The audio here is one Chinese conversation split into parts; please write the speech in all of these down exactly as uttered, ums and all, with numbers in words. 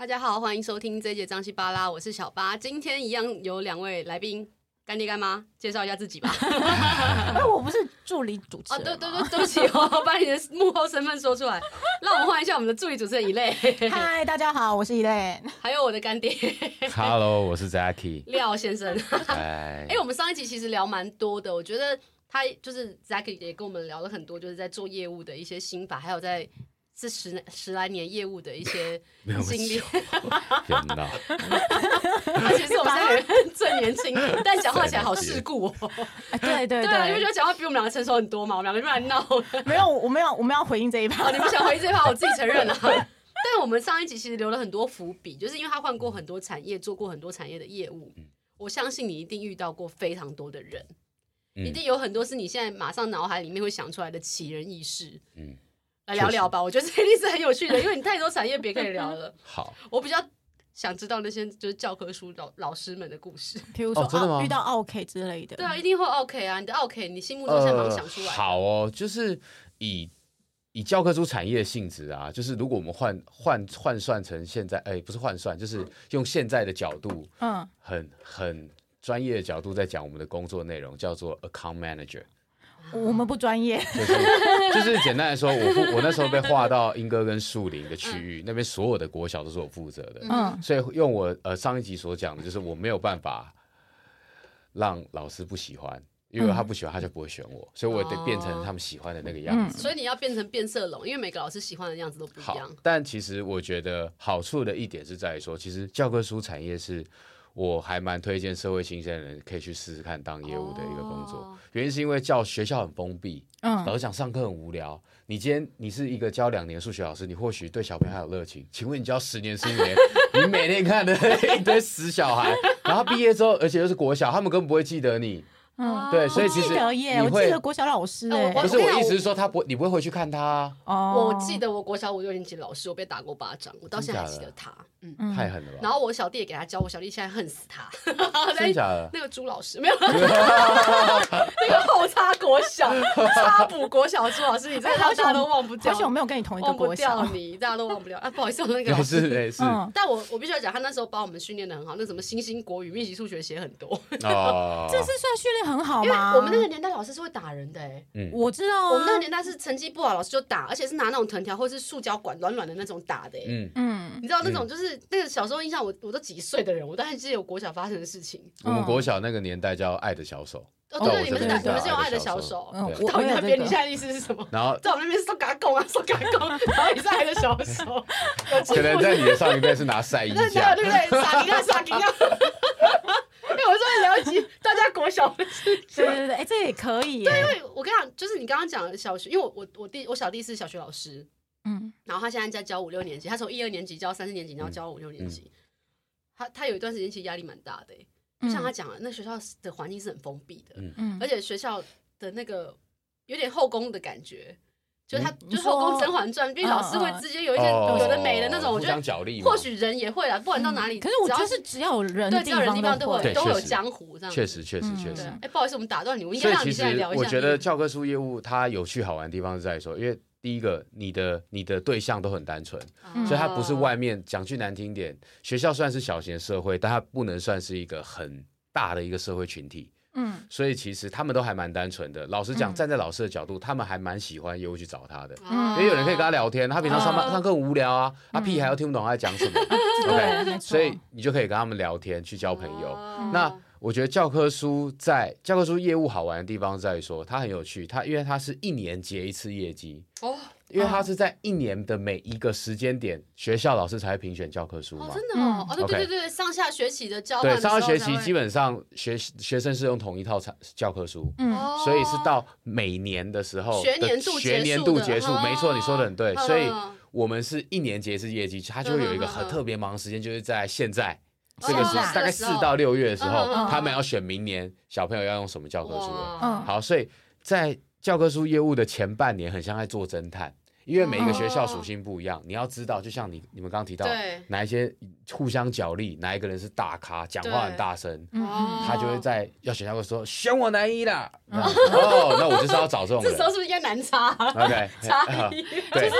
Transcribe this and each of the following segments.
大家好，欢迎收听这一节张西巴拉，我是小巴。今天一样有两位来宾，干爹干妈，介绍一下自己吧。 哎，我不是助理主持人、 哦、对对对，对不起哦，把你的幕后身份说出来。让我们欢迎一下我们的助理主持人一类。 嗨，大家好，我是一类。 还有我的干爹。 Hello， 我是 Zacky 廖先生。 哎、 欸，我们上一集其实聊蛮多的，我觉得他就是 Zacky 也跟我们聊了很多，就是在做业务的一些心法，还有在这十十来年业务的一些经历。 天哪！ 他其实我们三个人最年轻，但讲话起来好世故哦。 对对对, 对啊，你不觉得讲话比我们两个成熟很多吗？我们两个就来闹。 没有，我们要我们要回应这一趴。 你们想回应这一趴，我自己承认了。但我们上一集其实留了很多伏笔，就是因为他换过很多产业，做过很多产业的业务。嗯、我相信你一定遇到过非常多的人，嗯、一定有很多是你现在马上脑海里面会想出来的奇人异事。嗯。来聊聊吧，我觉得这一定是很有趣的，因为你太多产业别可以聊了。 好， 我比较想知道那些就是教科书老老师们的故事， 比如说、 哦真的吗啊、遇到 OK 之类的。 对啊，一定会 OK 啊，你的 OK， 你心目中现在马上想出来、呃。 好哦，就是以以教科书产业性质啊，就是如果我们换换换算成现在，哎，不是换算，就是用现在的角度，嗯，很很专业的角度在讲我们的工作内容，叫做 account manager。 我们不专业， 就是就是简单来说，我我那时候被划到莺歌跟树林的区域，嗯、那边所有的国小都是我负责的，嗯，所以用我呃上一集所讲的，就是我没有办法让老师不喜欢，因为他不喜欢他就不会选我，所以我得变成他们喜欢的那个样子。 嗯、所以你要变成变色龙，因为每个老师喜欢的样子都不一样。 好，但其实我觉得好处的一点是在于说，其实教科书产业是。我还蛮推荐社会新鲜人可以去试试看当业务的一个工作，哦、原因是因为教学校很封闭，嗯，老师讲上课很无聊。你今天你是一个教两年数学老师，你或许对小朋友还有热情。请问你教十年、十年，你每天看的一堆死小孩，然后毕业之后，而且又是国小，他们根本不会记得你。嗯，对，所以其实我记得耶，我记得国小老师哎， 不是我意思是说他不，你不会回去看他啊。 哦，我记得我国小五六年级老师，我被打过巴掌，我到现在还记得他， 嗯，太狠了吧。 然后我小弟也给他教，我小弟现在恨死他。 真的假的？ 那个朱老师没有，那个后插国小、插补国小的朱老师，你这个大家都忘不掉。 而且我没有跟你同一个国小， 忘不掉你，大家都忘不了啊。不好意思，我那个老师没事。 但我我必须要讲，他那时候把我们训练的很好，那什么新兴国语、密集数学写很多。 哦， 这是算训练很好吗？ 我们那个年代老师是会打人的哎、欸， 嗯，我知道、啊， 我们那个年代是成绩不好，老师就打，而且是拿那种藤条或是塑胶管软软的那种打的、欸，嗯嗯，你知道那种就是、嗯、那个小时候印象我，我我都几岁的人，我都还记得有国小发生的事情。 我们国小那个年代叫爱的小手， 哦对对，你们是你们是用爱的小手， 嗯， 到你那边你现在的意思是什么？然后在我们那边是说嘎拱啊，说嘎拱，然后你是爱的小手， 可能在你的上一辈是拿晒衣架， 对对对，傻吉啊傻吉啊。因为我终于了解大家国小的事情， 对对对，哎、欸，这也可以耶。 对，因为我跟你讲，就是你刚刚讲的小学，因为我我我弟我小弟是小学老师，嗯，然后他现在在教五六年级，他从一二年级教三四年级，然后教五六年级，嗯、他他有一段时间其实压力蛮大的，就像他讲的，那学校的环境是很封闭的，嗯，而且学校的那个有点后宫的感觉。就是他，嗯、就是后宫《甄嬛传》，因为老师会直接有一些有的没的那种， 哦、 我觉得或许人也会啦，不管到哪里。 嗯、可是我觉得是只要有人的地方都会， 都会有江湖这样。 确实，确实，确实。 哎，不好意思，我们打断你，我应该让你现在聊一下。 我觉得教科书业务它有趣好玩的地方是在说，因为第一个，你的你的对象都很单纯，嗯、所以它不是外面讲句难听点，学校算是小型社会，但它不能算是一个很大的一个社会群体。嗯，所以其实他们都还蛮单纯的。老实讲，站在老师的角度，他们还蛮喜欢业务去找他的，嗯、因为有人可以跟他聊天。他平常上班、嗯、上课很无聊啊，他、嗯啊、屁还要听不懂他在讲什么。OK， 所以你就可以跟他们聊天，去交朋友。嗯、那我觉得教科书在教科书业务好玩的地方在于说，它很有趣。它因为它是一年结一次业绩哦。因为它是在一年的每一个时间点，学校老师才会评选教科书嘛。 哦，真的哦，哦，对对对对，上下学期的交换的时候对，上下学期基本上学学生是用同一套教科书，嗯，所以是到每年的时候， 学年度学年度结束，没错，你说的很对，所以我们是一年结一次业绩，它就会有一个很特别忙的时间，就是在现在。这个是大概四到六月的时候，他们要选明年小朋友要用什么教科书了。好，所以在教科书业务的前半年，很像在做侦探。因为每一个学校属性不一样， oh. 你要知道，就像你你们刚刚提到，哪一些互相角力，哪一个人是大咖，讲话很大声，他就会在要选校的时候选我男一啦。哦，那我就是要找这种人。 这时候是不是应该难插 ？OK， 差异、 呃、就是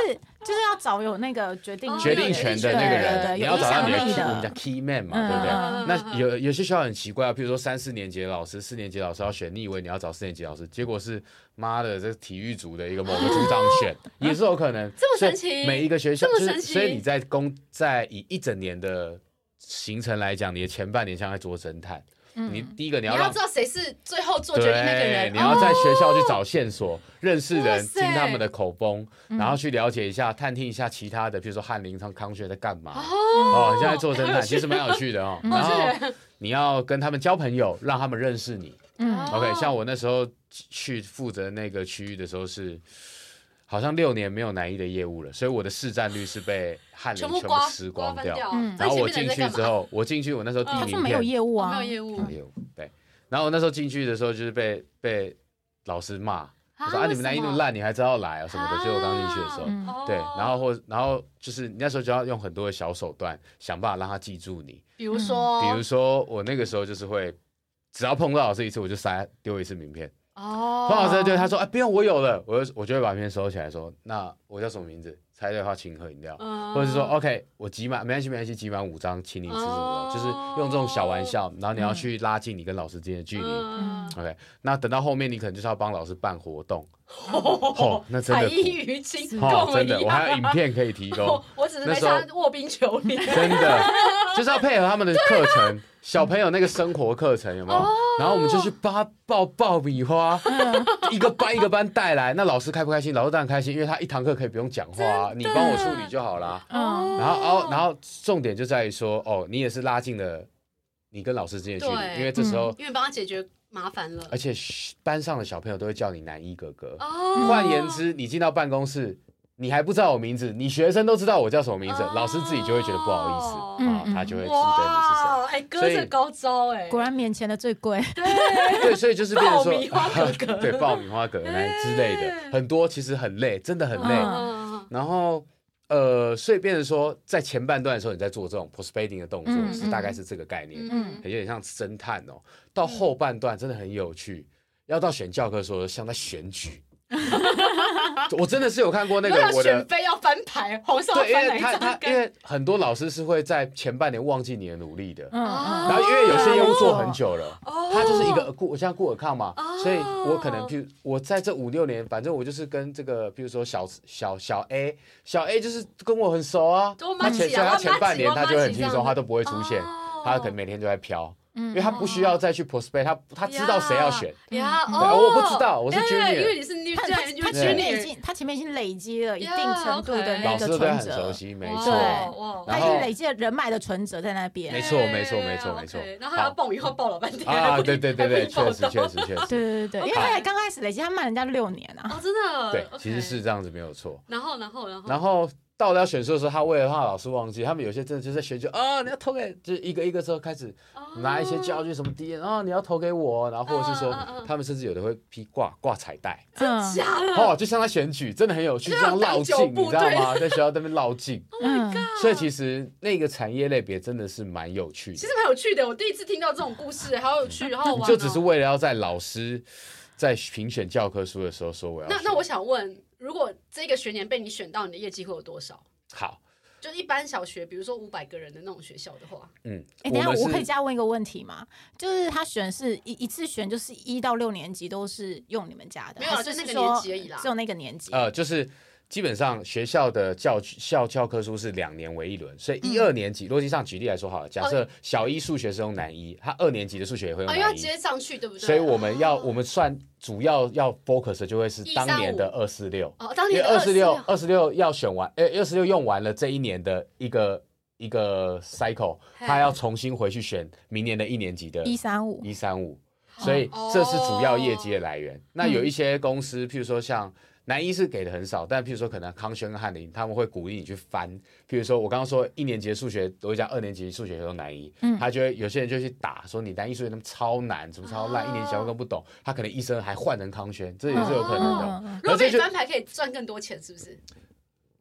就是要找有那个决定决定权的那个人，你要找到你的 key, 我们讲 key man 嘛， 嗯、 对不对？嗯、那有有些学校很奇怪啊，比如说三四年级的老师，四年级老师要选，你以为你要找四年级老师，结果是妈的这体育组的一个某个组长选，也是有可能。 这么神奇， 每一个学校这么神奇， 所以你在公在以一整年的行程来讲，你的前半年像在做侦探。嗯、你第一个你要你要知道谁是最后做决定那个人， 你要在学校去找线索，哦、认识人，听他们的口风，然后去了解一下、探听一下其他的，比如说翰林、康学在干嘛。哦，哦，你现在做侦探其实蛮有趣的哦。然后你要跟他们交朋友，让他们认识你。嗯 ，OK， 像我那时候去负责那个区域的时候是。好像六年没有南一的业务了，所以我的市占率是被翰林全部吃光掉。 嗯、 然后我进去之后，我进去我那时候第一名片、 嗯、没有业务啊， 没有业务， 没有业务。对，然后我那时候进去的时候就是被被老师骂，我说啊你们南一那么烂，你还知道来啊什么的。就我刚进去的时候，嗯、对，然后或然后就是你那时候就要用很多的小手段，想办法让他记住你。 比如说， 比如说我那个时候就是会，只要碰到老师一次，我就塞丢一次名片。哦，碰到老师对他说：“哎，不用，我有了。”我就我就会把名片收起来，说：“那我叫什么名字？猜对的话，请喝饮料。嗯”或者是说 ：“OK， 我集满没关系，没关系，集满五张，请你吃什么？”就是用这种小玩笑，然后你要去拉近你跟老师之间的距离。嗯、OK， 那等到后面你可能就是要帮老师办活动。哦，哦那真的彩衣娱亲， 哦，真的，我还有影片可以提供。 我, 我只是没他卧冰求鲤， 真的就是要配合他们的课程。小朋友那个生活课程有没有？哦、然后我们就去帮他爆爆米花，嗯、一个班一个班带来。那老师开不开心？老师当然开心，因为他一堂课可以不用讲话啊，你帮我处理就好啦。嗯、然后，然后，然后重点就在于说，哦，你也是拉近了你跟老师之间的距离，因为这时候、 嗯、因为帮他解决麻烦了， 而且班上的小朋友都会叫你南一哥哥。哦、换言之，你进到办公室。你还不知道我名字，你学生都知道我叫什么名字，哦、老师自己就会觉得不好意思，啊、嗯嗯，他就会记得你是谁。 哎，哥这高招哎， 果然免钱的最贵。 对对，所以就是变成说爆米花哥哥， 对，爆米花哥哥之类的，很多其实很累，真的很累。嗯、然后呃，所以变成说，在前半段的时候，你在做这种 postpading 的动作，嗯、是大概是这个概念，嗯，有点像侦探哦。到后半段真的很有趣，要到选教科的时候，像在选举。我真的是有看过那个我的选妃要翻牌，皇上要翻哪一张？ 他他因为很多老师是会在前半年忘记你的努力的，嗯，然后因为有些业务做很久了，哦、他就是一个顾像顾尔康嘛，哦、所以我可能譬如我在这五六年，反正我就是跟这个比如说小小小 A 小 A 就是跟我很熟啊，他前所以他前半年他就会很轻松，他都不会出现，哦、他可能每天都在飘。因为他不需要再去 prospect， 他他知道谁要选。 呀， 我不知道，我是 junior， 因为你是 new， 他他前面已经他前面已经累积了一定程度的那个存折， 老师都很熟悉，没错。 他已经累积了人脉的存折在那边。 没错，没错，没错，没错。 然后他要爆米花爆了半天啊！对对对对，确实确实确实。 对对对，因为他刚开始累积，他慢人家六年啊。 哦，真的。 对，其实是这样子，没有错。 然后，然后，然后， 然后。到了要选书的时候，他为了怕老师忘记，他们有些真的就在选举啊，你要投给，就是一个一个之后开始拿一些教具什么 D N 啊，你要投给我，然后或者是说，他们甚至有的会披挂挂彩带， 真的假的？ 哦，就像他选举，真的很有趣，就像绕境，你知道吗？在学校那边绕境， Oh my god！ 所以其实那个产业类别真的是蛮有趣的， 其实蛮有趣的。我第一次听到这种故事，好有趣，好好玩。 就只是为了要在老师在评选教科书的时候说我要。 那那我想问，如果这个学年被你选到，你的业绩会有多少？ 好。 就一般小学，比如说五百个人的那种学校的话， 嗯，哎、欸，等一下我可以加问一个问题吗？就是他选是一一次选，就是一到六年级都是用你们家的， 没有，就那个年级而已啦， 只有那个年级。 呃，就是基本上学校的教校教科书是两年为一轮，所以一二年级，逻辑上举例来说好了，假设小一数学是用南一，他二年级的数学也会用南一， 哦，因为要接上去，对不对？ 所以我们要、哦、我们算。主要要 focus 的就会是当年的二四六， 哦，当年的二四六，二四六要选完，呃，二四六用完了这一年的一个一个 cycle， 他要重新回去选明年的一年级的一三五， 一三五，所以这是主要业绩的来源。哦、那有一些公司，譬如说像南一是给的很少，但譬如说可能康轩跟翰林他们会鼓励你去翻，譬如说我刚刚说一年级的数学，我讲二年级数学都南一，嗯，他就会有些人就去打说你南一数学那么超难，怎么超烂，哦、一年级小朋友不懂，他可能医生还换成康轩，这也是有可能的。 哦、如果可以翻牌，可以赚更多钱，是不是？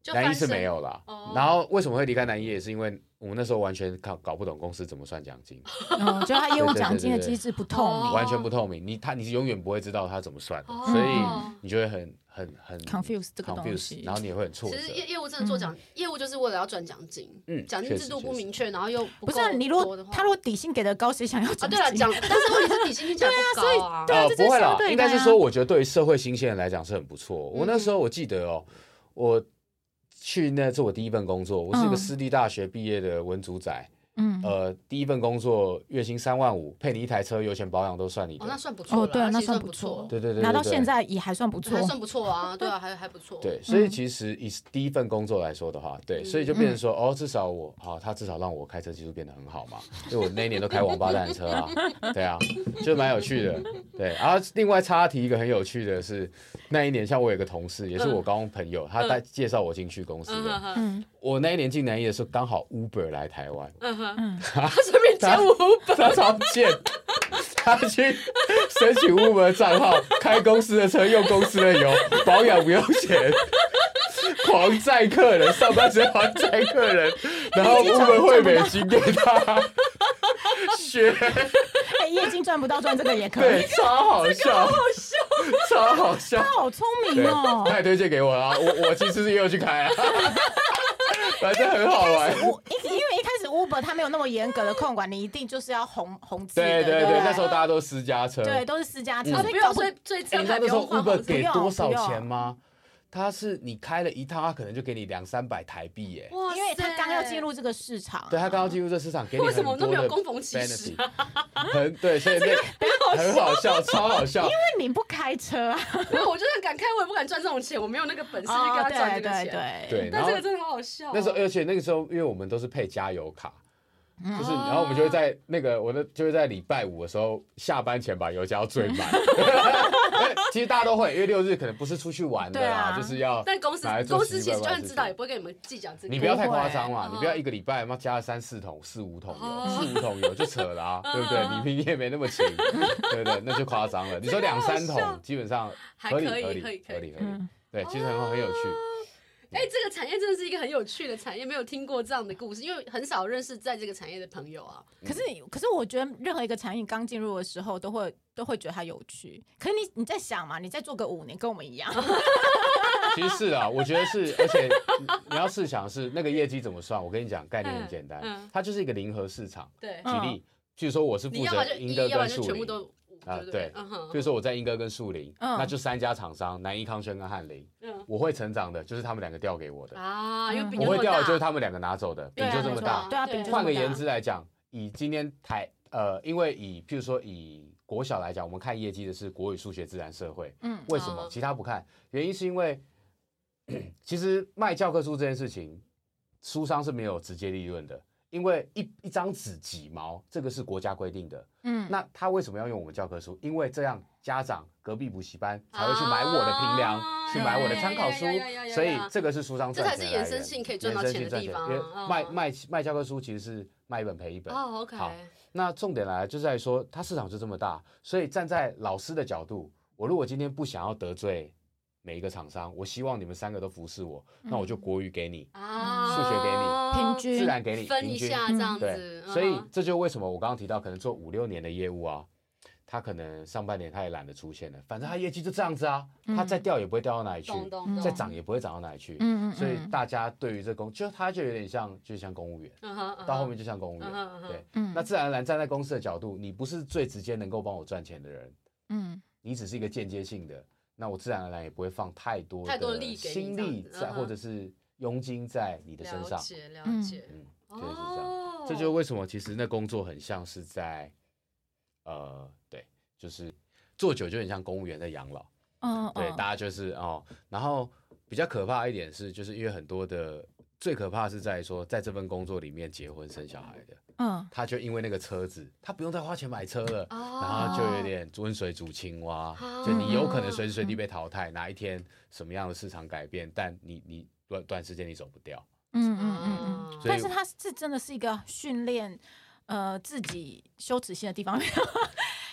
南一是没有啦。哦、然后为什么会离开南一，也是因为我们那时候完全搞搞不懂公司怎么算奖金， 嗯，就他业务奖金的机制不透明， 完全不透明，你他你永远不会知道他怎么算的，哦、所以你就会很很很 confuse 这个东西， 然后你也会很挫折。 其实业业务真的做奖、嗯、业务就是为了要赚奖金，嗯，奖金制度不明确，然后又不够多的话， 不是你如果他如果底薪给的高，谁想要奖金？ 啊，对了，奖，但是问题是底薪听起来不高啊。 对啊， 呃，不会啦，应该是说，我觉得对于社会新鲜人来讲是很不错。我那时候我记得哦，我去那是我第一份工作，我是一个私立大学毕业的文组仔。嗯，呃，第一份工作月薪三万五，配你一台车，油钱保养都算你的， 哦，那算不错，哦， 对，那算不错， 对对对， 拿到现在也还算不错， 还算不错啊，对啊，还还不错。 对，所以其实以第一份工作来说的话，对，所以就变成说，哦，至少我好，他至少让我开车技术变得很好嘛，因为我那一年都开王八蛋的车啊，对啊，就蛮有趣的，对。然后另外插题一个很有趣的是，那一年像我有个同事，也是我高中朋友，他带介绍我进去公司的，嗯，我那一年进南一的时候，刚好 Uber 来台湾，嗯哼。 顺便接 Uber， 他超贱，他去申请 Uber 账号，开公司的车，用公司的油，保养不用钱，狂载客人，上班时间狂载客人，然后 Uber 汇美金给他，学， 哎，业绩赚不到赚这个也可以， 对，超好笑， 好笑， 超好笑， 他好聪明哦， 他也推荐给我啊，我我其实是也有去开啊。反正很好玩， 因为一开始 Uber 它没有那么严格的控管，你一定就是要红红字的。 对对对，那时候大家都私家车， 对，都是私家车， 所以不用最最正还不用换。你知道那时候 Uber 给多少钱吗？他是你开了一趟，他可能就给你两三百台币耶。 哇，因为他刚要进入这个市场， 对他刚要进入这个市场，给你很多的 benefit。为什么都没有恭逢其时？ 很对，所以那很好笑，超好笑。因为你不开车啊， 我就算敢开，我也不敢赚这种钱，我没有那个本事去跟他赚这个钱。 对对对， 但这个真的好好笑。 那时候，而且那个时候，因为我们都是配加油卡。就是，然后我们就会在那个我的就会在礼拜五的时候下班前把油加到最满。其实大家都会，因为六日可能不是出去玩的啦，就是要。 但公司公司其实就算知道，也不会跟你们计较这个。 你不要太夸张嘛，你不要一个礼拜嘛加了三四桶、四五桶油、四五桶油就扯了啊，对不对？你明明也没那么勤，对不对？那就夸张了。你说两三桶，基本上合理合理合理合理，对，其实很很有趣。 哎、欸，这个产业真的是一个很有趣的产业，没有听过这样的故事，因为很少认识在这个产业的朋友啊。 可是，可是我觉得任何一个产业刚进入的时候，都会都会觉得它有趣。可是你你在想嘛，你再做个五年，跟我们一样。 其实是啊，我觉得是，而且你要试想是那个业绩怎么算？我跟你讲，概念很简单，嗯嗯、它就是一个零和市场。 对， 举例，譬如说我是负责英歌跟树林。啊，对，比如说我在英歌跟树林，那就三家厂商，南一、康轩跟翰林，我会成长的，就是他们两个调给我的啊，因为我会调的就是他们两个拿走的，饼就这么大。 对啊，饼换个言之来讲，以今天台呃，因为以譬如说以国小来讲，我们看业绩的是国语、数学、自然、社会，嗯，为什么其他不看？原因是因为其实卖教科书这件事情，书商是没有直接利润的。因为一一张纸几毛，这个是国家规定的。嗯，那他为什么要用我们教科书？因为这样家长隔壁补习班才会去买我的评量，啊、去买我的参考书，所以这个是书商赚钱的来源。 这才是衍生性可以赚到钱的地方。 因为卖卖卖教科书其实是卖一本赔一本。 哦 ，OK。 好，那重点来了，就是在说它市场就这么大，所以站在老师的角度，我如果今天不想要得罪每一个厂商，我希望你们三个都服侍我，嗯、那我就国语给你，啊、数学给你， 平均自然给你， 分一下这样子。 对，所以这就为什么我刚刚提到，可能做五六年的业务啊，他可能上半年他也懒得出现了，反正他业绩就这样子啊，嗯、他再掉也不会掉到哪里去，再涨也不会涨到哪里去。嗯嗯。所以大家对于这公，就他就有点像，就像公务员，嗯嗯、到后面就像公务员。嗯、对，嗯、那自然而然站在公司的角度，你不是最直接能够帮我赚钱的人，嗯，你只是一个间接性的。那我自然而然也不会放太多的心力在，或者是佣金在你的身上。 了解，了解， 嗯，就是这样。这就是为什么其实那工作很像是在，呃，对，就是做久就很像公务员在养老。嗯，对，大家就是哦，然后比较可怕一点是，就是因为很多的最可怕是在说，在这份工作里面结婚生小孩的。嗯，他就因为那个车子，他不用再花钱买车了，哦、然后就有点温水煮青蛙，哦、就你有可能随时随地被淘汰，嗯、哪一天什么样的市场改变，但你你短短时间你走不掉。 嗯嗯嗯嗯。但是它是真的是一个训练呃自己羞耻心的地方。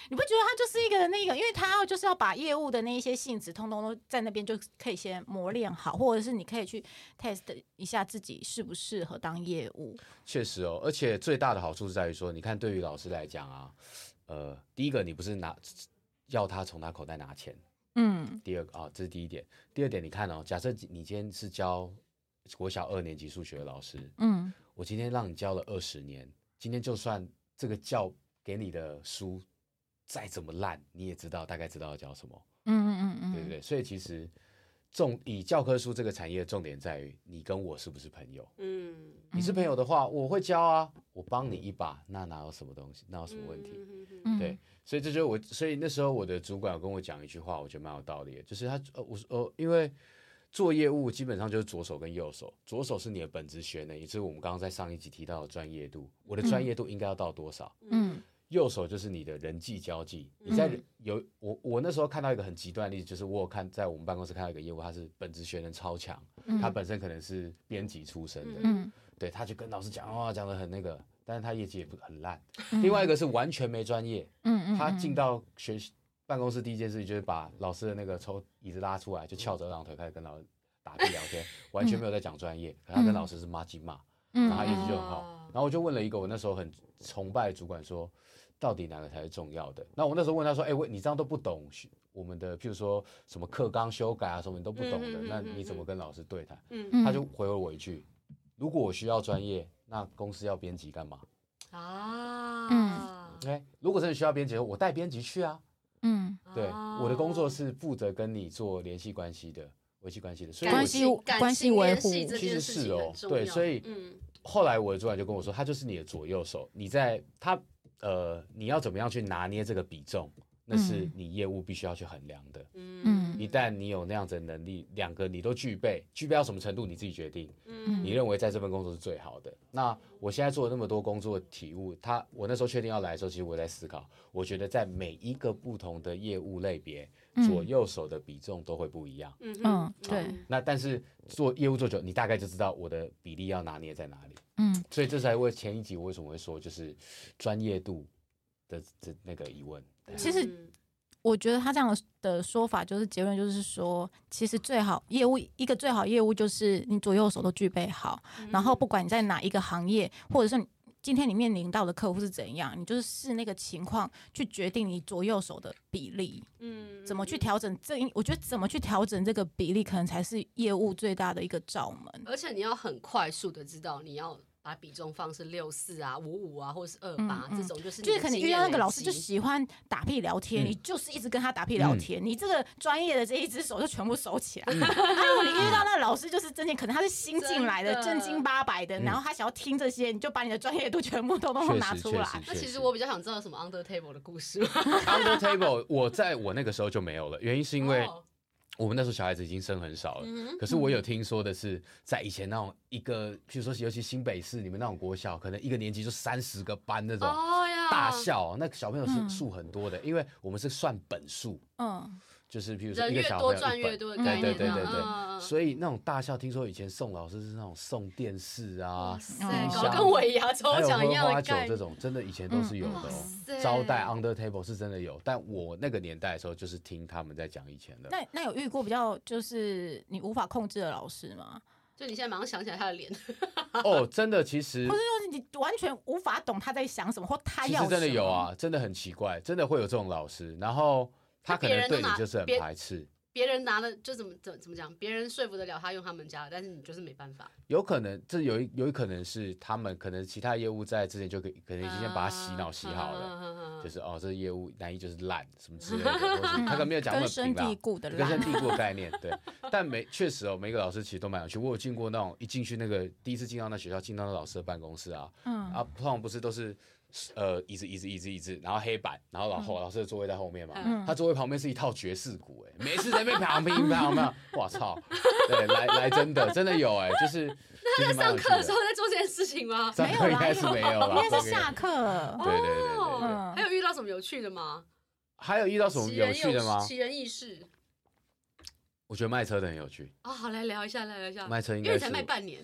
你不觉得他就是一个那个，因为他要就是要把业务的那一些性质，通通都在那边就可以先磨练好，或者是你可以去 test 一下自己适不适合当业务。 确实哦，而且最大的好处是在于说，你看对于老师来讲啊，呃，第一个你不是拿要他从他口袋拿钱，嗯，第二个啊、哦，这是第一点。第二点，你看哦，假设你今天是教国小二年级数学的老师，嗯，我今天让你教了二十年，今天就算这个教给你的书再怎么烂，你也知道大概知道要教什么，嗯嗯嗯，对不对？所以其实重以教科书这个产业的重点在于你跟我是不是朋友，嗯，你是朋友的话，我会教啊，我帮你一把，那哪有什么东西，哪有什么问题？嗯、对，所以这就是我，所以那时候我的主管有跟我讲一句话，我觉得蛮有道理的，就是他呃我呃因为。做业务基本上就是左手跟右手，左手是你的本职学能，也就是我们刚刚在上一集提到的专业度。我的专业度应该要到多少？嗯，右手就是你的人际交际。你在有我我那时候看到一个很极端的例子，就是我有看在我们办公室看到一个业务，他是本职学能超强，嗯、他本身可能是编辑出身的，嗯，对，他就跟老师讲话讲得很那个，但是他业绩也不很烂。嗯、另外一个是完全没专业，嗯嗯，他进到学习。办公室第一件事就是把老师的那个抽椅子拉出来，就翘着二郎腿开始跟老师打屁聊天，完全没有在讲专业。可他跟老师是骂鸡骂，然后他业绩就很好。然后我就问了一个我那时候很崇拜的主管说，到底哪个才是重要的？那我那时候问他说，哎、欸，你这样都不懂我们的，譬如说什么课纲修改啊什么你都不懂的，那你怎么跟老师对谈？他就回了我一句，如果我需要专业，那公司要编辑干嘛？啊，嗯 ，OK， 如果真的需要编辑，我带编辑去啊。嗯，对，哦、我的工作是负责跟你做联系关系的，维系关系的，所以关系关系维护其实是哦，对，所以、嗯、后来我的主管就跟我说，他就是你的左右手，你在他呃，你要怎么样去拿捏这个比重，那是你业务必须要去衡量的。嗯，一旦你有那样子的能力，两个你都具备，具备到什么程度你自己决定。嗯，你认为在这份工作是最好的。那我现在做了那么多工作体悟，他我那时候确定要来的时候，其实我在思考，我觉得在每一个不同的业务类别，嗯、左右手的比重都会不一样。嗯嗯，对。那但是做业务做久，你大概就知道我的比例要拿捏在哪里。嗯，所以这才为前一集我为什么会说就是专业度的的那个疑问。 其实我觉得他这样的说法就是结论，就是说，其实最好业务一个最好业务就是你左右手都具备好，嗯、然后不管你在哪一个行业，或者是今天你面临到的客户是怎样，你就是视那个情况去决定你左右手的比例，嗯，怎么去调整这？我觉得怎么去调整这个比例，可能才是业务最大的一个罩门。 而且你要很快速的知道你要。把比重放是六四啊、五五啊，或者是二八、嗯嗯、这种，就是就是可能遇到那个老师就喜欢打屁聊天，嗯、你就是一直跟他打屁聊天，嗯、你这个专业的这一只手就全部收起来。嗯、如果你遇到那个老师就是真的，可能他是新进来的、正经八百的，然后他想要听这些，你就把你的专业度全部都都拿出来。 那其实我比较想知道什么 under table 的故事。 under table 我在我那个时候就没有了，原因是因为。Oh.我们那时候小孩子已经生很少了，嗯、可是我有听说的是，在以前那种一个，譬如说尤其新北市你们那种国小，可能一个年级就三十个班那种大校， oh, 那个小朋友是数很多的，嗯、因为我们是算本数，嗯，就是譬如说一个小朋友一本， 越多对对对对对，嗯、所以那种大校听说以前送老师是那种送电视啊， 搞跟尾牙抽奖一样的概念， 这种真的以前都是有的哦。嗯招待 under table 是真的有，但我那个年代的时候就是听他们在讲以前的。 那那有遇过比较就是你无法控制的老师吗？ 就你现在马上想起来他的脸。 哦，真的，其实或者说你完全无法懂他在想什么，或他要什么。 其实真的有啊，真的很奇怪，真的会有这种老师，然后他可能对你就是很排斥。 别人拿了就怎么怎怎么讲？别人说服得了他用他们家的，但是你就是没办法。 有可能这有一有可能是他们可能其他业务在之前就可以可能已经先把他洗脑洗好了，啊、就是哦这业务难易就是烂什么之类的，或是他可能没有讲那么平吧， 根深蒂固的烂， 根深蒂固的概念对。但每确实哦，每个老师其实都蛮有趣。我有进过那种一进去那个第一次进到那学校，进到那老师的办公室啊，嗯啊，通常不是都是。呃，椅子椅子椅子椅子，然后黑板，然后老后、嗯、老师的座位在后面嘛，嗯、他座位旁边是一套爵士鼓，哎，每次在那边旁边旁边，我操，对，来来真的真的有哎，就是。 那他在上课的时候在做这件事情吗？ 上课应该是没有吧？ 应该是下课。 对对对对对。 嗯、还有遇到什么有趣的吗？ 还有遇到什么有趣的吗？ 奇人异事。 我觉得卖车的很有趣。 啊、哦，好来聊一下，来聊一下。 卖车应该是因为才卖半年哎、欸。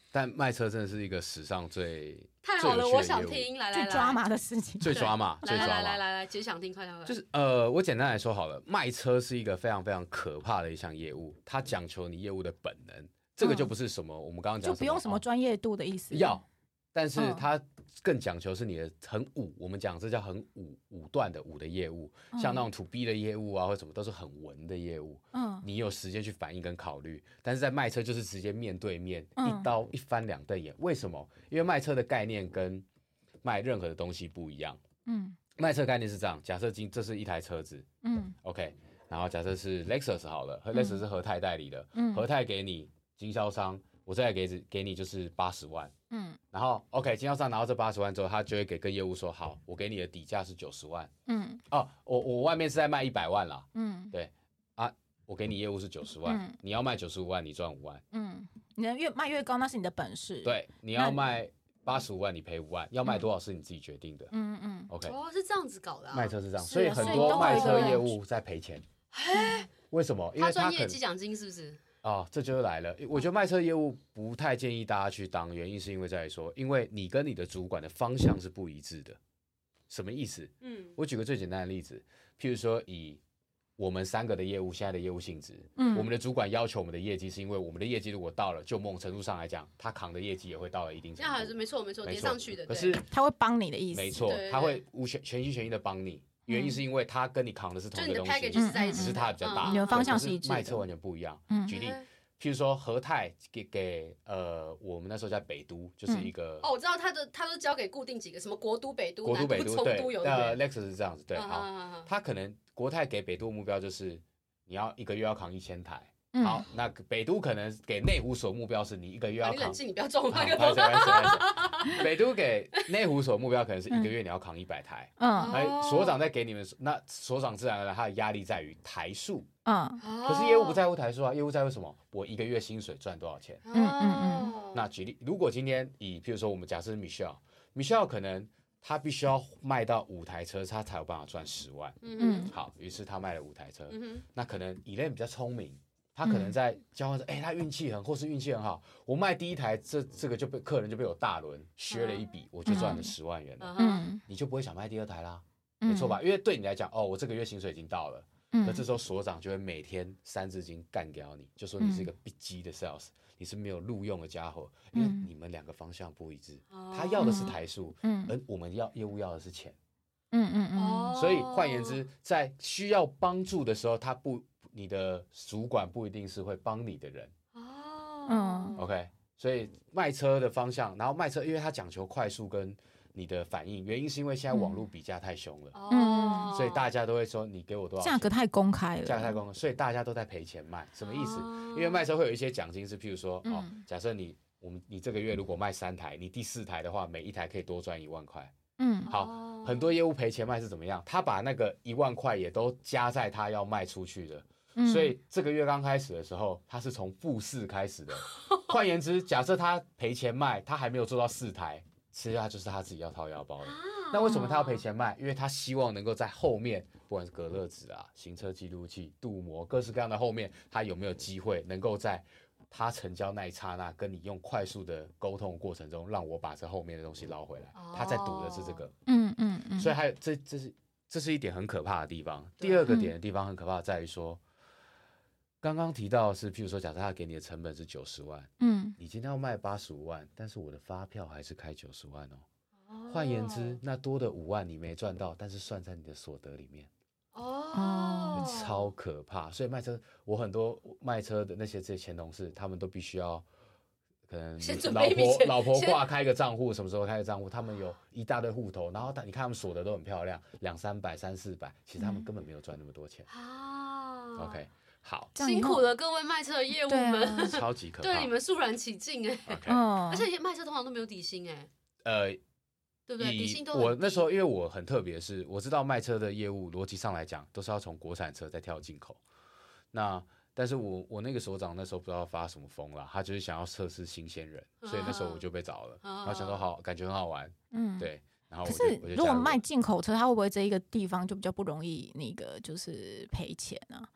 但卖车真的是一个史上最太好了，我想听，来来来， 最抓马的事情， 最抓马，最抓马， 来来来来，姐想听，快点快！ 就是呃，我简单来说好了，卖车是一个非常非常可怕的一项业务，它讲求你业务的本能，这个就不是什么、嗯、我们刚刚讲就不用什么专业度的意思， 要，但是它更讲求是你的很武，我们讲这叫很武武断的武的业务，嗯、像那种 to B 的业务啊，或什么都是很文的业务，嗯，你有时间去反应跟考虑，但是在卖车就是直接面对面，嗯、一刀一翻两瞪眼。为什么？因为卖车的概念跟卖任何的东西不一样，嗯，卖车概念是这样，假设今这是一台车子，嗯 ，OK， 然后假设是 Lexus 好了，和 Lexus 是和泰代理的，嗯，和泰给你经销商，我再给给你就是八十万。嗯，然后 OK， 经销商拿到这八十万之后，他就会给跟业务说，好，我给你的底价是九十万。嗯，哦，我我外面是在卖一百万啦。嗯，对啊，我给你业务是九十万，嗯、你要卖九十五万，你赚五万。嗯， 你能越卖越高，那是你的本事。 对，你要卖八十五万，你赔五万，要卖多少是你自己决定的。嗯嗯 ，OK， 哦，是这样子搞的、啊。 卖车是这样，所以很多卖车业务在赔钱。为什么？因为他赚业绩奖金是不是？ 哦，这就来了。我觉得卖车业务不太建议大家去当，原因是因为在于说，因为你跟你的主管的方向是不一致的。什么意思？嗯，我举个最简单的例子，譬如说以我们三个的业务现在的业务性质，嗯，我们的主管要求我们的业绩，是因为我们的业绩如果到了，就某种程度上来讲，他扛的业绩也会到了一定程度。 那还是没错没错，叠上去的。 可是他会帮你的意思， 没错，他会无全全心全意的帮你。原因是因为他跟你扛的是同一个东西， 只是他比较大， 你们方向是一致的。 卖车完全不一样。举例。譬如说和泰给给呃，我们那时候在北都，就是一个、 嗯、哦，我知道他的他都交给固定几个，什么国都、北都、 国都、北都， 对，都有呃 ，Lexus 是这样子，对，嗯、好，嗯嗯、他可能国泰给北都的目标就是你要一个月要扛一千台。嗯、好，那北都可能给内湖所目标是你一个月要扛，啊、 你冷静，你不要中那个。 北都给内湖所目标可能是一个月你要扛一百台，嗯，那所长在给你们，那所长自然而然他的压力在于台数，嗯，可是业务不在乎台数啊，业务在乎什么？我一个月薪水赚多少钱？嗯嗯嗯。那举例，如果今天以譬如说我们假设是 Michelle，Michelle 可能他必须要卖到五台车，他才有办法赚十万，嗯，好，于是他卖了五台车，嗯、那可能 Elaine 比较聪明。他可能在交换说，哎、欸，他运气很，或是运气很好，我卖第一台，这这个就被客人就被我大轮削了一笔，我就赚了十万元了。嗯，你就不会想卖第二台啦，嗯、没错吧？因为对你来讲，哦，我这个月薪水已经到了，嗯，可这时候所长就会每天三字经干掉你，就说你是一个逼鸡的 sales，、嗯、你是没有录用的家伙，因为你们两个方向不一致，嗯、他要的是台数，嗯，而我们要业务要的是钱，嗯嗯嗯，所以换言之，在需要帮助的时候，他不。你的主管不一定是会帮你的人哦，嗯 ，OK， 所以卖车的方向，然后卖车，因为它讲求快速跟你的反应，原因是因为现在网络比价太凶了，嗯，所以大家都会说你给我多少钱， 价格太公开了， 价格太公开，所以大家都在赔钱卖，什么意思？哦、因为卖车会有一些奖金是，譬如说，嗯、哦，假设你我们你这个月如果卖三台，你第四台的话，每一台可以多赚一万块，嗯，好，哦、很多业务赔钱卖是怎么样？他把那个一万块也都加在他要卖出去的。所以这个月刚开始的时候，他是从负四开始的。换言之，假设他赔钱卖，他还没有做到四台，其实他就是他自己要掏腰包的。那为什么他要赔钱卖？因为他希望能够在后面，不管是隔热纸啊、行车记录器、镀膜，各式各样的后面，他有没有机会能够在他成交那一刹那，跟你用快速的沟通过程中，让我把这后面的东西捞回来。他在赌的是这个。嗯嗯嗯。所以还有这这是这是一点很可怕的地方。第二个点的地方很可怕，在于说。刚刚提到的是，譬如说，假设他给你的成本是九十万，嗯，你今天要卖八十五万，但是我的发票还是开九十万哦。换、哦、言之，那多的五万你没赚到，但是算在你的所得里面。哦，超可怕。所以卖车，我很多卖车的那些这些前同事，他们都必须要，可能老婆老婆挂开个账户，什么时候开个账户？他们有一大堆户头，然后你看他们所得都很漂亮，两三百、三四百，其实他们根本没有赚那么多钱。啊 ，OK。好， 辛苦了各位卖车的业务们， 啊、超级可怕， 对你们肃然起敬哎、欸 okay ，而且卖车通常都没有底薪哎、 欸，呃， 对不对？底薪都我那时候因为我很特别，是我知道卖车的业务逻辑上来讲都是要从国产车再跳进口，那但是我我那个所长那时候不知道发什么疯啦，他就是想要测试新鲜人，所以那时候我就被找了，啊、然后想说好，感觉很好玩，嗯，对。然后我就可是如果卖进口车，它会不会这一个地方就比较不容易那个就是赔钱啊？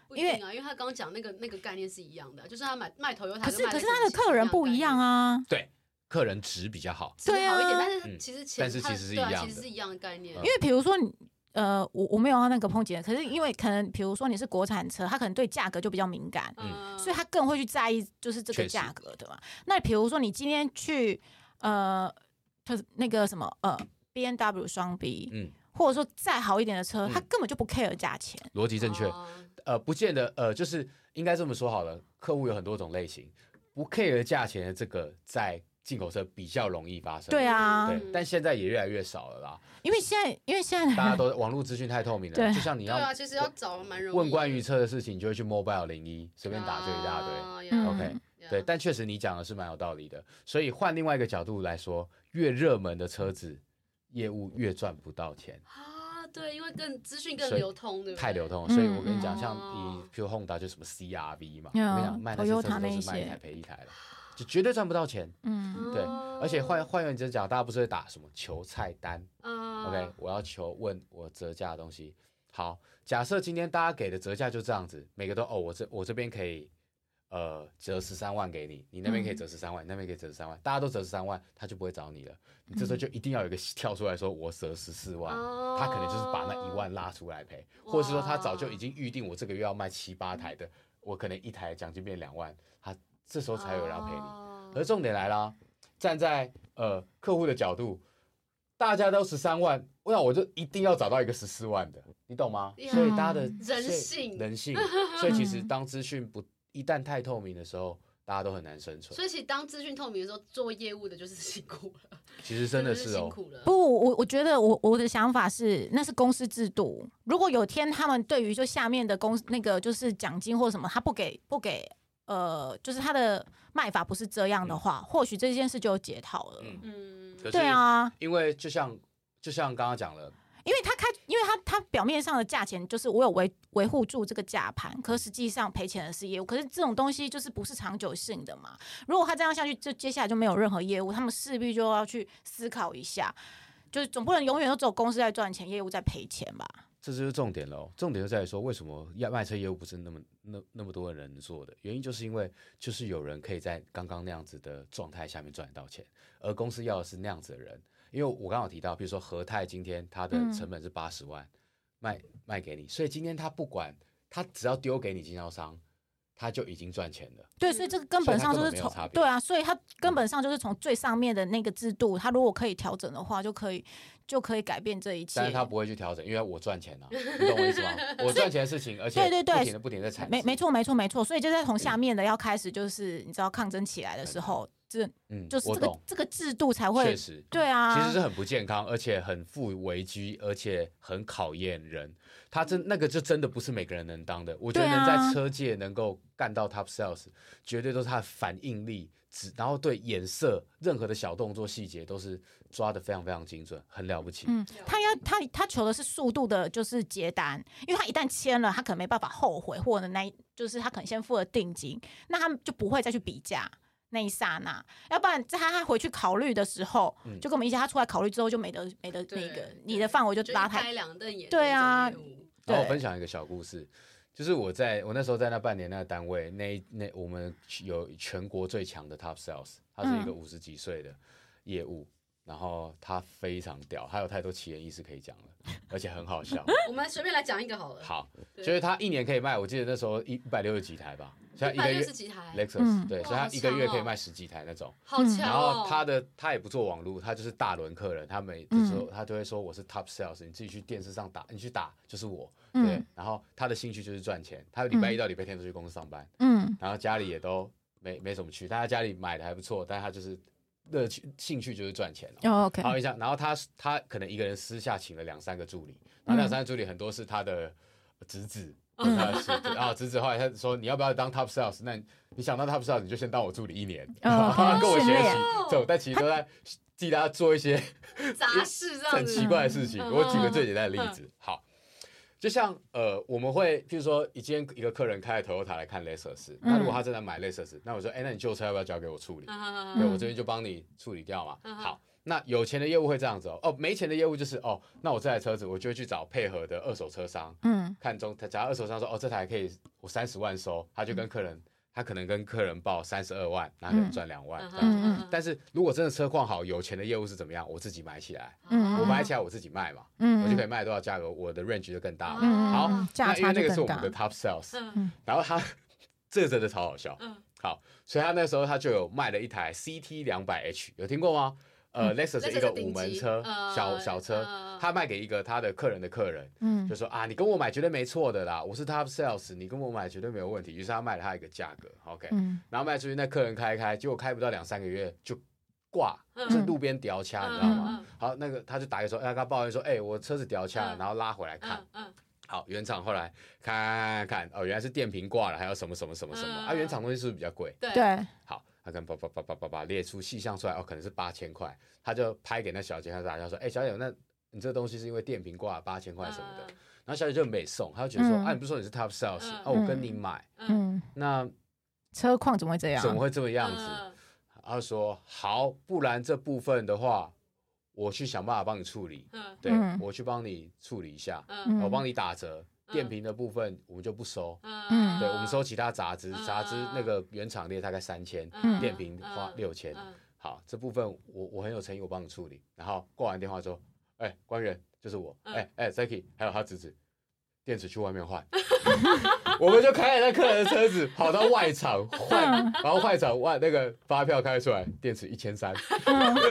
因为啊，因为他刚刚讲那个那个概念是一样的，就是他买卖 Toyota， 可是可是他的客人不一样啊。 对，客人值比较好， 对啊，好一点，但是其实钱， 但是其实是一样的， 其实是一样的概念。 因为比如说你。呃，我我没有要那个抨击，可是因为可能，比如说你是国产车，他可能对价格就比较敏感，嗯，所以他更会去在意就是这个价格的嘛。那比如说你今天去呃，那个什么呃 B M W 双 B， 嗯，或者说再好一点的车，他、嗯、根本就不 care 价钱。 逻辑正确，哦、呃，不见得呃，就是应该这么说好了，客户有很多种类型，不 care 价钱的这个在。进口车比较容易发生， 对啊， 对，但现在也越来越少了啦。 因为现在，因为现在大家都网络资讯太透明了，就像你要对啊，其实要找蛮容易。 问关于车的事情，你就会去 Mobile 零一随便打就一大堆。Uh, OK， yeah. 对，但确实你讲的是蛮有道理的。所以换另外一个角度来说，越热门的车子，业务越赚不到钱啊。对，因为更资讯更流通，对不对？ 太流通了，所以我跟你讲，像以譬如 Honda 就什么 C R V 嘛，我跟你讲，卖那些车子都是卖一台赔一台了。就绝对赚不到钱，嗯，对，而且换换言之讲，大家不是会打什么求菜单、嗯、，OK， 我要求问我折价的东西。好，假设今天大家给的折价就这样子，每个都哦，我这我这边可以呃折十三万给你，你那边可以折十三万，你那边可以折十三万，大家都折十三万，他就不会找你了。你这时候就一定要有一个跳出来说，我折十四万、嗯，他可能就是把那一万拉出来赔，或者是说他早就已经预定我这个月要卖七八台的，我可能一台奖金变两万，他。这时候才有人要赔你，而重点来啦，站在呃客户的角度，大家都十三万，那我就一定要找到一个十四万的，你懂吗？所以大家的人性， 人性，所以其实当资讯不一旦太透明的时候，大家都很难生存。 所以其实当资讯透明的时候，做业务的就是辛苦了。 其实真的是哦， 辛苦了。 不，我我觉得我我的想法是，那是公司制度。如果有天他们对于就下面的公那个就是奖金或什么，他不给不给。呃，就是他的卖法不是这样的话，嗯、或许这件事就有解套了。 嗯， 对啊， 因为就像就像刚刚讲了， 因为他开，因为他他表面上的价钱就是我有维维护住这个价盘，可实际上赔钱的是业务。可是这种东西就是不是长久性的嘛。如果他这样下去，就接下来就没有任何业务，他们势必就要去思考一下，就是总不能永远都只有公司在赚钱，业务在赔钱吧。 这就是重点了，重点就在于说，为什么卖车业务不是那么那那么多人做的？原因就是因为就是有人可以在刚刚那样子的状态下面赚到钱，而公司要的是那样子的人。因为我刚刚有提到，比如说和泰今天它的成本是八十万、嗯、卖卖给你，所以今天他不管他只要丢给你经销商，他就已经赚钱了。 对，所以这个根本上就是从对啊，所以他根本上就是从最上面的那个制度，他如果可以调整的话，就可以。就可以改变这一切， 但是他不会去调整，因为我赚钱啊，你懂我意思吗？我赚钱的事情，而且不停的不停的产， 没没错没错没错，所以就在从下面的要开始，就是你知道抗争起来的时候，这嗯，就是这个这个制度才会， 确实， 对啊， 其实是很不健康，而且很富危机，而且很考验人。他真那个就真的不是每个人能当的。我觉得能在车界能够干到 top sales， 绝对都是他的反应力。然后对眼色任何的小动作细节都是抓得非常非常精准，很了不起。 嗯，他要他他求的是速度的，就是接单，因为他一旦签了，他可能没办法后悔，或者那就是他可能先付了定金，那他就不会再去比价那一刹那，要不然在他回去考虑的时候，嗯、就跟我们一起，他出来考虑之后就没得没得那个你的范围就拉太开两瞪眼。 对啊， 然后我分享一个小故事。就是我在我那时候在那半年那个单位，那那我们有全国最强的 top sales， 他是一个五十几岁的业务，嗯、然后他非常屌，他有太多奇人异事可以讲了，而且很好笑。 我们随便来讲一个好了。 好，就是他一年可以卖，我记得那时候一百六十几台吧， 一百六十几台 Lexus，嗯、对，所以他一个月可以卖十几台那种， 好强哦。 然后他的他也不做网路，他就是大轮客人，他每的时候他就会说我是 top sales， 你自己去电视上打，你去打就是我。对，嗯、然后他的兴趣就是赚钱，他礼拜一到礼拜天都去公司上班，嗯，然后家里也都没没什么去，但他家里买的还不错，但他就是乐趣兴趣就是赚钱哦。OK， 好，然后他他可能一个人私下请了两三个助理，然后两三个助理很多是他的侄子，嗯、他的侄子，然后侄子后来他说你要不要当 top sales？ 那你想当 top sales 你就先当我助理一年，哦、跟我学习，对，但其实都在替他做一些杂事，这样子很奇怪的事情。嗯、我举个最简单的例子，嗯、好。就像呃，我们会，譬如说，今天一个客人开 Toyota 来看雷瑟斯，那、嗯、如果他真的买雷瑟斯，那我说，哎，那你旧车要不要交给我处理？嗯、对，我这边就帮你处理掉嘛。嗯、好， 那有钱的业务会这样子哦，哦，没钱的业务就是哦，那我这台车子我就会去找配合的二手车商，嗯，看中，假如二手商说哦这台可以我三十万收，他就跟客人，嗯、他可能跟客人报三十二万，那可能赚两万、嗯、这样子、嗯。但是如果真的车况好，有钱的业务是怎么样？我自己买起来，嗯，我买起来我自己卖嘛，嗯，我就可以卖多少价格，我的 range 就更大了。嗯、好，那因为那个是我们的 top sales，、嗯、然后他这个真的超好笑，嗯，好，所以他那时候他就有卖了一台 C T 两百 H， 有听过吗？呃 ，Lexus 是一个五门车，呃、小小车、呃，他卖给一个他的客人的客人，嗯，就说啊，你跟我买绝对没错的啦，我是 top sales， 你跟我买绝对没有问题。于是他卖了他一个价格 ，OK，、嗯、然后卖出去，那客人开一开，结果开不到两三个月就挂，嗯、是路边掉掐、嗯，你知道吗？嗯、好，那个他就打给说，哎，他抱怨说，哎，我车子掉掐了、嗯，然后拉回来看，嗯。嗯好，原厂后来看看看哦，原来是电瓶挂了，还有什么什么什么什么、嗯、啊？原厂东西是不是比较贵？ 对， 好，他跟叭叭叭叭叭叭列出细项出来，哦，可能是八千块，他就拍给那小姐，他打电话说，哎、欸，小姐，那你这东西是因为电瓶挂了八千块什么的、嗯，然后小姐就没送，他就觉得说，嗯、啊，你不是说你是 top sales，、嗯、啊，我跟你买，嗯，那车况怎么会这样？ 怎么会这么样子？嗯、他就说好，不然这部分的话。我去想办法帮你处理，嗯、对、嗯、我去帮你处理一下，嗯、我帮你打折、嗯，电瓶的部分我们就不收，嗯、对，我们收其他杂支，杂支那个原厂列大概三千、嗯，电瓶花六千，好，这部分我我很有诚意，我帮你处理。然后挂完电话之后，哎、欸，官员就是我，哎哎 ，Zaki 还有他侄子，电池去外面换，我们就开着那客人的车子跑到外场换，然后外场外那个发票开出来，电池一千三，然后。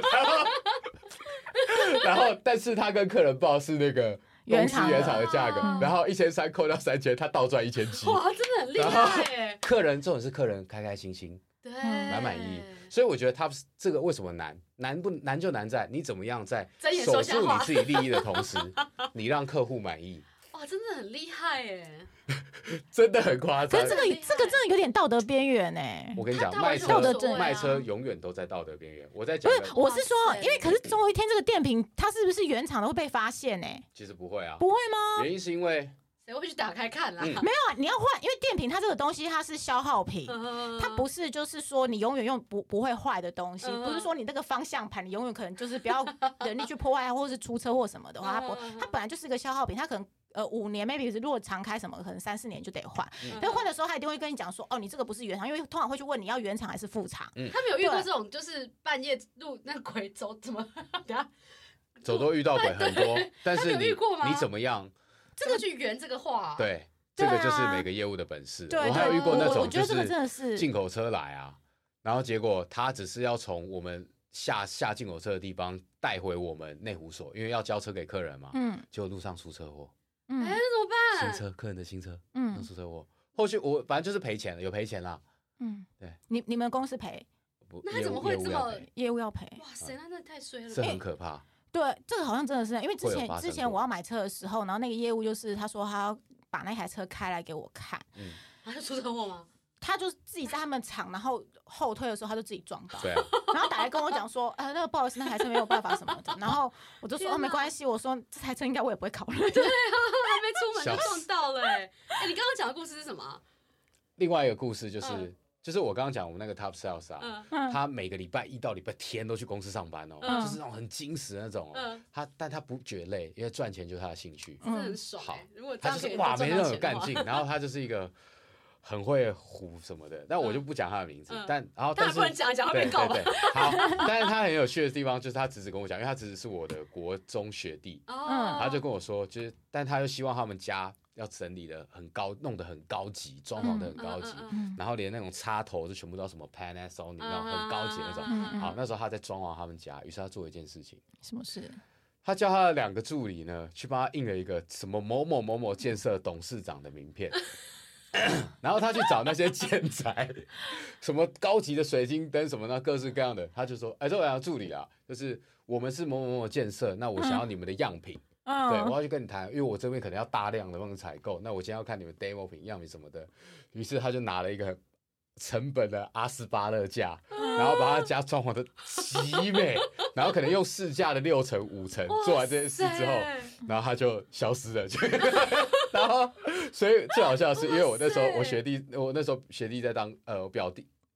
然后，但是他跟客人报是那个公司原厂的价格，然后一千三扣掉三千，他倒赚一千七。 哇，真的很厉害耶！ 客人重点是客人开开心心，对，蛮满意。所以我觉得他这个为什么难？难不难就难在你怎么样在守住你自己利益的同时，你让客户满意。 哇，真的很厉害耶！ 真的很夸张。 可是这个这个真的有点道德边缘哎。 我跟你讲，卖车卖车永远都在道德边缘。我在讲， 不是，我是说，因为可是总有一天这个电瓶它是不是原厂的会被发现哎？ 其实不会啊， 不会吗？ 原因是因为谁会去打开看啦？嗯、 没有啊，你要换，因为电瓶它这个东西它是消耗品，它不是就是说你永远用不不会坏的东西，不是说你那个方向盘你永远可能就是不要人力去破坏它，或者是出车祸什么的话，它不，它本来就是一个消耗品，它可能。呃，五年 maybe 如果常开什么，可能三四年就得换。嗯、但换的时候，他一定会跟你讲说，哦，你这个不是原厂，因为通常会去问你要原厂还是副厂。 嗯、他们有遇过这种，就是半夜路那鬼走怎么？等下走都遇到鬼很多，但是你你怎么样？ 这个去圆这个话、啊， 对，这个就是每个业务的本事。我还有遇过那种， 就是进口车来啊，然后结果他只是要从我们下下进口车的地方带回我们内湖所，因为要交车给客人嘛。嗯，结果路上出车祸。 嗯，哎、欸，那怎么办？ 新车，客人的新车，嗯，出车祸，后续我反正就是赔钱了，有赔钱啦。嗯，对， 你你们公司赔？ 那他怎么会这么业务要赔？ 哇塞，那真的太衰了， 这很可怕。 对，这个好像真的是，因为之前之前我要买车的时候，然后那个业务就是他说他要把那台车开来给我看，嗯， 然后就出车祸吗？ 他就自己在他们厂，然后后退的时候他就自己撞到， 对啊， 然后打来跟我讲说，呃，那个不好意思，那台车没有办法什么的，然后我就说哦没关系，我说这台车应该我也不会考虑， 对啊，还没出门就撞到了、欸，哎、欸，你刚刚讲的故事是什么？ 另外一个故事就是。嗯就是我刚刚讲我们那个 top sales 啊，嗯、他每个礼拜一到礼拜天都去公司上班哦，嗯、就是那种很精实的那种哦。嗯、他但他不觉累，因为赚钱就是他的兴趣， 真的很爽、欸。 好， 如果他就是哇，没任何干劲，然后他就是一个很会唬什么的，但我就不讲他的名字。嗯、但然后但是不能讲讲会被告吧？ 对对对，好，但是他很有趣的地方就是他侄子跟我讲，因为他侄子是我的国中学弟，哦、他就跟我说，就是但他又希望他们家。要整理的很高，弄得很高级，装潢的很高级、嗯嗯嗯，然后连那种插头就全部都什么 Panasonic、嗯、那种很高级的那种、嗯。好，那时候他在装潢他们家，于是他做一件事情。 什么事？ 他叫他的两个助理呢，去帮他印了一个什么某某某某建设董事长的名片。然后他去找那些建材，什么高级的水晶灯什么的，各式各样的，他就说：“哎、欸，这我要助理啊，就是我们是某某某建设，那我想要你们的样品。嗯”对，我要去跟你谈，因为我这边可能要大量的帮你采购，那我今天要看你们 demo 品、样品什么的。于是他就拿了一个成本的阿斯巴勒架，然后把他家装潢的极美，然后可能用市价的六成、五成做完这件事之后，然后他就消失了。然后，所以最好笑的是，因为我那时候我学弟，我那时候学弟在当呃我表弟。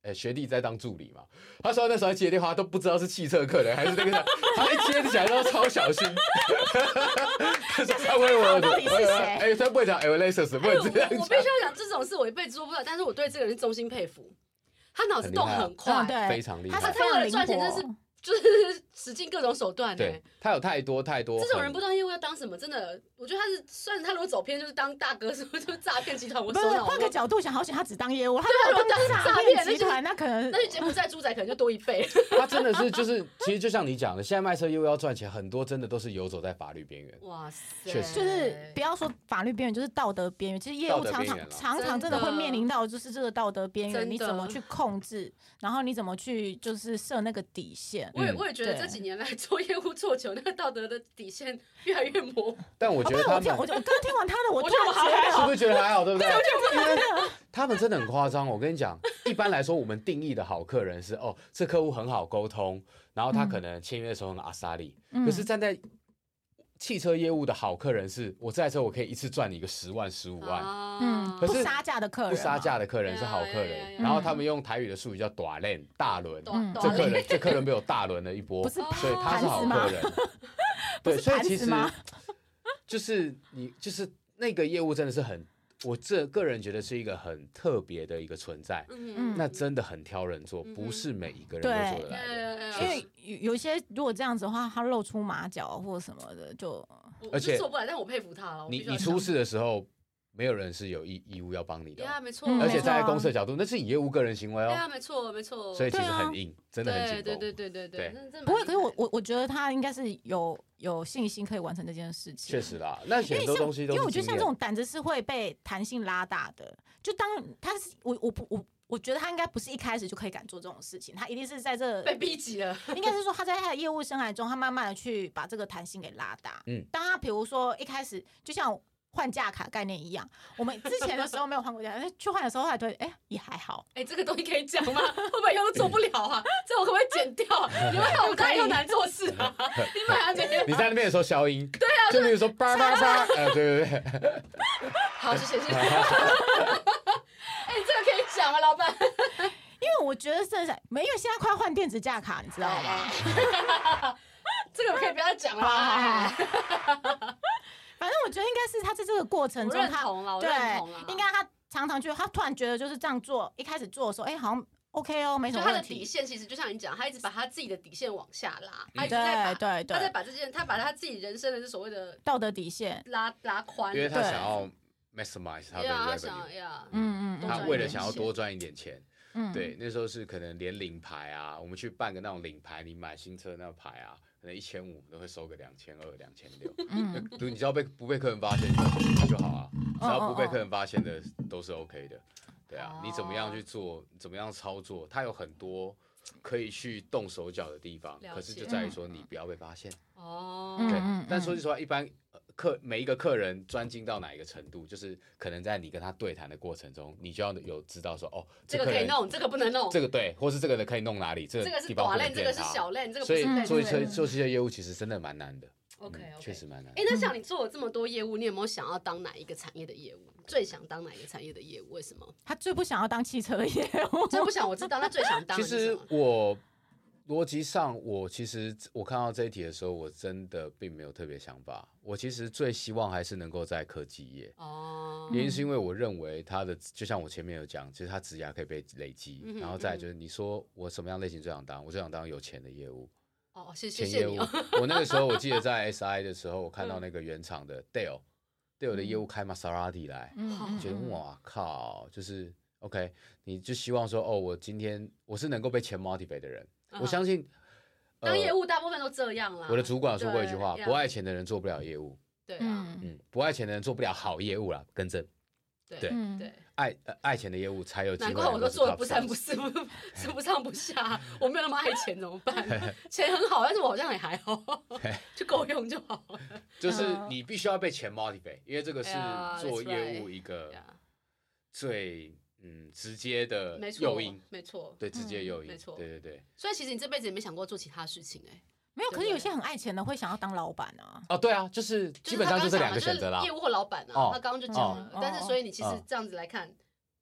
呃学弟在当助理嘛，他说那时候接电话都不知道是汽车客人还是那个，他一接起来都超小心。他说他问我到底是谁？ 哎，他不会讲 L L S， 不会这样讲。 我必须要讲这种事，我一辈子做不到，但是我对这个人衷心佩服。他脑子动很快， 对， 非常厉害。 他他为了赚钱，真是就是使尽各种手段。 对，他有太多太多。 这种人不当业务要当什么？真的，我觉得他是算是他如果走偏，就是当大哥，是不是就是诈骗集团？我不是换个角度想，好险他只当业务，他如果当诈骗集团，那可能那去柬埔寨猪仔可能就多一倍。 他真的是就是，其实就像你讲的，现在卖车业务要赚钱，很多真的都是游走在法律边缘。 哇塞， 确实就是不要说法律边缘，就是道德边缘。其实业务常常常常真的会面临到就是这个道德边缘，你怎么去控制，然后你怎么去就是设那个底线。 我也我也觉得这几年来做业务做久，那个道德的底线越来越模糊。 但我觉得他们， 我我刚听完他的，我觉得还好，是不是觉得还好，对不对？ 对，我觉得还好。 他们真的很夸张，我跟你讲，一般来说我们定义的好客人是哦，这客户很好沟通，然后他可能签约的时候很阿莎利，可是站在汽车业务的好客人是，我这台车我可以一次赚你个十万、十五万， 嗯，不杀价的客人， 不杀价的客人是好客人。然后他们用台语的术语叫大轮、大轮，这客人这客人被我大轮了一波，所以他是好客人。对，所以其实就是你就是那个业务真的是很，我这个人觉得是一个很特别的一个存在。嗯，那真的很挑人做，不是每一个人都做得来的。 因为有些如果这样子的话，他露出马脚或什么的，就而且做不来，但我佩服他了。 你你出事的时候，没有人是有义义务要帮你的。 对啊，没错。 而且站在公司的角度，那是你业务个人行为哦。 对啊，没错，没错。 所以其实很硬，真的很紧绷。 对对对对对对。 不会，可是我我我觉得他应该是有有信心可以完成这件事情。 确实啦，那很多东西都是因为我觉得像这种胆子是会被弹性拉大的。就当他是我我不我。我觉得他应该不是一开始就可以敢做这种事情，他一定是在这被逼急了。 应该是说他在他的业务生涯中，他慢慢的去把这个弹性给拉大。嗯，当他比如说一开始就像换价卡概念一样，我们之前的时候没有换过价卡，去换的时候还对，哎、欸、也还好。 哎、欸，这个东西可以讲吗？会不会以后都做不了啊？这我可不可以剪掉？你们好看又难做事啊！你们还这边， 你在那边的时候消音。 对啊， 就比如说叭叭叭，呃，对对对。 好，谢谢谢谢。哎、欸，这个可以讲吗，老板？ 因为我觉得剩下没，因为现在快换电子价卡，你知道吗？ 这个可以不要讲了。 反正我觉得应该是他在这个过程中，他对， 应该他常常觉得他突然觉得就是这样做，一开始做的时候，哎、欸，好像 OK 哦，没什么问题。 他的底线其实就像你讲，他一直把他自己的底线往下拉，他一直在把， 对对， 他在把这件，他把他自己人生的这所谓的道德底线拉拉宽， 因为他想要 maximize 他的 revenue， 嗯嗯，他为了想要多赚一点钱。嗯，对，那时候是可能连领牌啊，我们去办个那种领牌，你买新车那个牌啊，可能一千五都会收个两千二、两千六。嗯，你只要被不被客人发现就好啊，只要不被客人发现的都是 OK 的。对啊，你怎么样去做，怎么样操作，它有很多可以去动手脚的地方，可是就在于说你不要被发现。哦，对，但说句实话，一般。客每一个客人专精到哪一个程度，就是可能在你跟他对谈的过程中，你就要有知道说，哦， 这个可以弄，这个不能弄， 这个对，或是这个的可以弄哪里，这个地方不能变它。 这个是小链，这个所以做一些做这些业务其实真的蛮难的。 OK， 确实蛮难。 哎，那像你做了这么多业务，你有没有想要当哪一个产业的业务？最想当哪一个产业的业务？为什么？ 他最不想要当汽车业务， 最不想我知道，他最想当。 其实我。逻辑上，我其实我看到这一题的时候，我真的并没有特别想法。我其实最希望还是能够在科技业哦，原因是因为我认为它的就像我前面有讲，其实它职涯可以被累积，嗯、然后再来就是你说我什么样类型最想当，我最想当有钱的业务。 哦，谢谢谢你、哦。 我那个时候我记得在 S I 的时候，我看到那个原厂的 Dale，Dale、嗯、的业务开 Maserati 来，嗯、觉得哇靠，就是 OK， 你就希望说哦，我今天我是能够被钱 motivate 的人。我相信， 呃、当业务大部分都这样啦。 我的主管说过一句话：不爱钱的人做不了业务。 对啊， 嗯，不爱钱的人做不了好业务啦，更正。 对对， 对爱呃爱钱的业务才有机会。 难怪我都做的不三不四，吃不上不下。我没有那么爱钱怎么办？钱很好，但是我好像也还好，就够用就好了。 就是你必须要被钱 motivate， 因为这个是做业务一个最。嗯，直接的诱因， 没错， 对，直接诱因， 没错， 对对对。 所以其实你这辈子也没想过做其他事情哎， 没有。可是有些很爱钱的会想要当老板啊。 哦，对啊，就是基本上就这两个选择啦， 业务或老板啊。他刚刚就讲了，但是所以你其实这样子来看，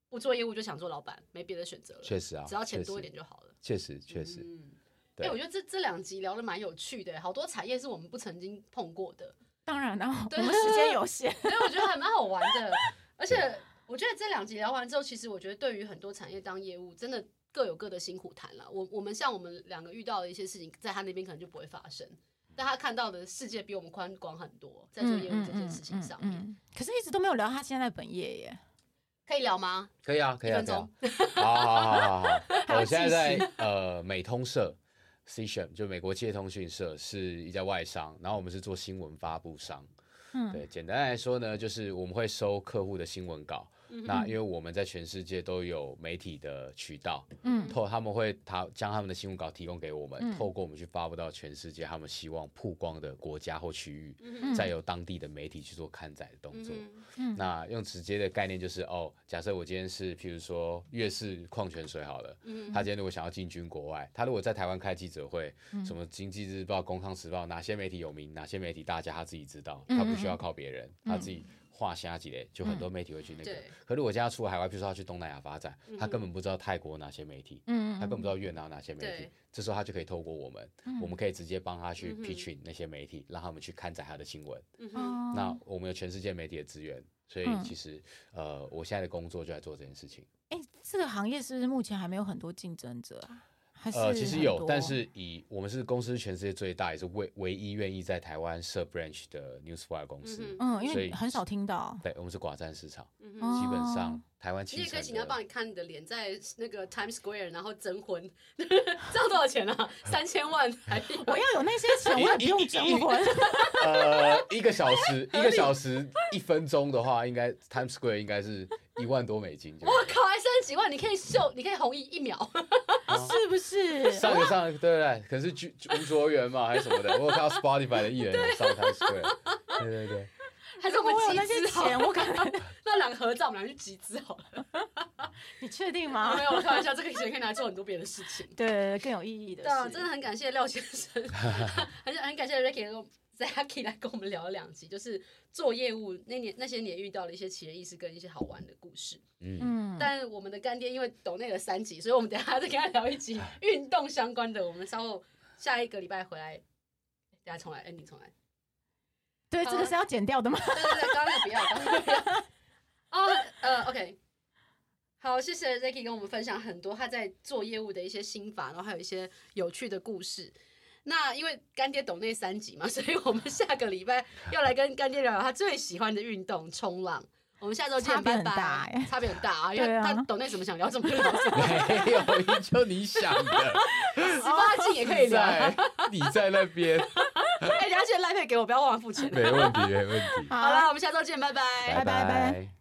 不做业务就想做老板，没别的选择了。 确实啊， 只要钱多一点就好了。 确实，确实。 嗯，哎、欸，我觉得这这两集聊得蛮有趣的，好多产业是我们不曾经碰过的。 当然啦，我们时间有限， 所以我觉得还蛮好玩的。而且我觉得这两集聊完之后，其实我觉得对于很多产业当业务，真的各有各的辛苦谈了。我我们像我们两个遇到的一些事情，在他那边可能就不会发生。但他看到的世界比我们宽广很多，在做业务这件事情上面、嗯嗯嗯嗯， 可是一直都没有聊他现在本业耶， 可以聊吗？ 可以啊，可以啊， 一分钟。 好好好好好，我现在在呃美通社 C S H A M 就美国企业通讯社是一家外商，然后我们是做新闻发布商。嗯，对，简单来说呢，就是我们会收客户的新闻稿。嗯、那因为我们在全世界都有媒体的渠道，嗯，透他们会他将他们的新闻稿提供给我们、嗯，透过我们去发布到全世界他们希望曝光的国家或区域，嗯、再由当地的媒体去做刊载的动作。嗯、那用直接的概念就是哦，假设我今天是譬如说悦氏矿泉水好了，嗯、他今天如果想要进军国外，他如果在台湾开记者会，嗯、什么经济日报、工商时报，哪些媒体有名，哪些媒体大家他自己知道，他不需要靠别人，嗯、他自己。画虾几类，就很多媒体会去那个。嗯、可如果现在出海外，比如说他去东南亚发展、嗯，他根本不知道泰国哪些媒体，嗯、他根本不知道越南哪些媒体。这时候他就可以透过我们，嗯、我们可以直接帮他去 pitching 那些媒体，让他们去刊载他的新闻。嗯、那我们有全世界媒体的资源，所以其实、嗯、呃，我现在的工作就在做这件事情。 哎、欸，这个行业是不是目前还没有很多竞争者啊？ 呃，其实有，但是以我们是公司全世界最大，也是唯唯一愿意在台湾设 branch 的 Newswire 公司。 嗯，因为很少听到。 对，我们是寡占市场，嗯、基本上台湾七成。 你也可以请他帮你看你的脸，在那个 Times Square， 然后征婚，这样多少钱啊？三千万台币。 我要有那些钱，我也不用征婚。 呃，一个小时，一个小时一分钟的话，应该 Times Square 应该是一万多美金。 我靠，还三十几万，你可以秀，你可以红一一秒。 是不是上个上对不对？可是吴卓源嘛，还是什么的？我有看到 Spotify 的艺人上 Times Square， 对对对。 还是我们集那些钱，我可能那两个合照，我们俩去集资好了。 你确定吗？ 没有，我开玩笑，这个钱可以拿来做很多别的事情， 对，更有意义的事。 对啊，真的很感谢廖先生，很很感谢 Ricky 跟 Zaki 来跟我们聊了两集，就是做业务那年那些年遇到了一些企业意识跟一些好玩的故事。嗯，但我们的干爹因为抖内了三集，所以我们等一下再跟他聊一集运动相关的。我们稍后下一个礼拜回来，等一下重来 ending 重来。 对，这个是要剪掉的吗？ 对对对，刚刚那个不要，刚刚那个不要。哦，呃 ，OK， 好，谢谢 Zaki 跟我们分享很多他在做业务的一些心法，然后还有一些有趣的故事。那因为干爹抖内三集嘛，所以我们下个礼拜要来跟干爹聊聊他最喜欢的运动——冲浪。我们下周见，拜拜。差别很大啊，因为他抖内怎么想聊什么就聊什么。 没有，就你想的。 十八禁也可以聊。 你在那边。 哎、欸，等一下记得赖配给我，不要忘了付钱。 没问题，没问题。 好了，我们下周见，拜拜， 拜拜。拜拜。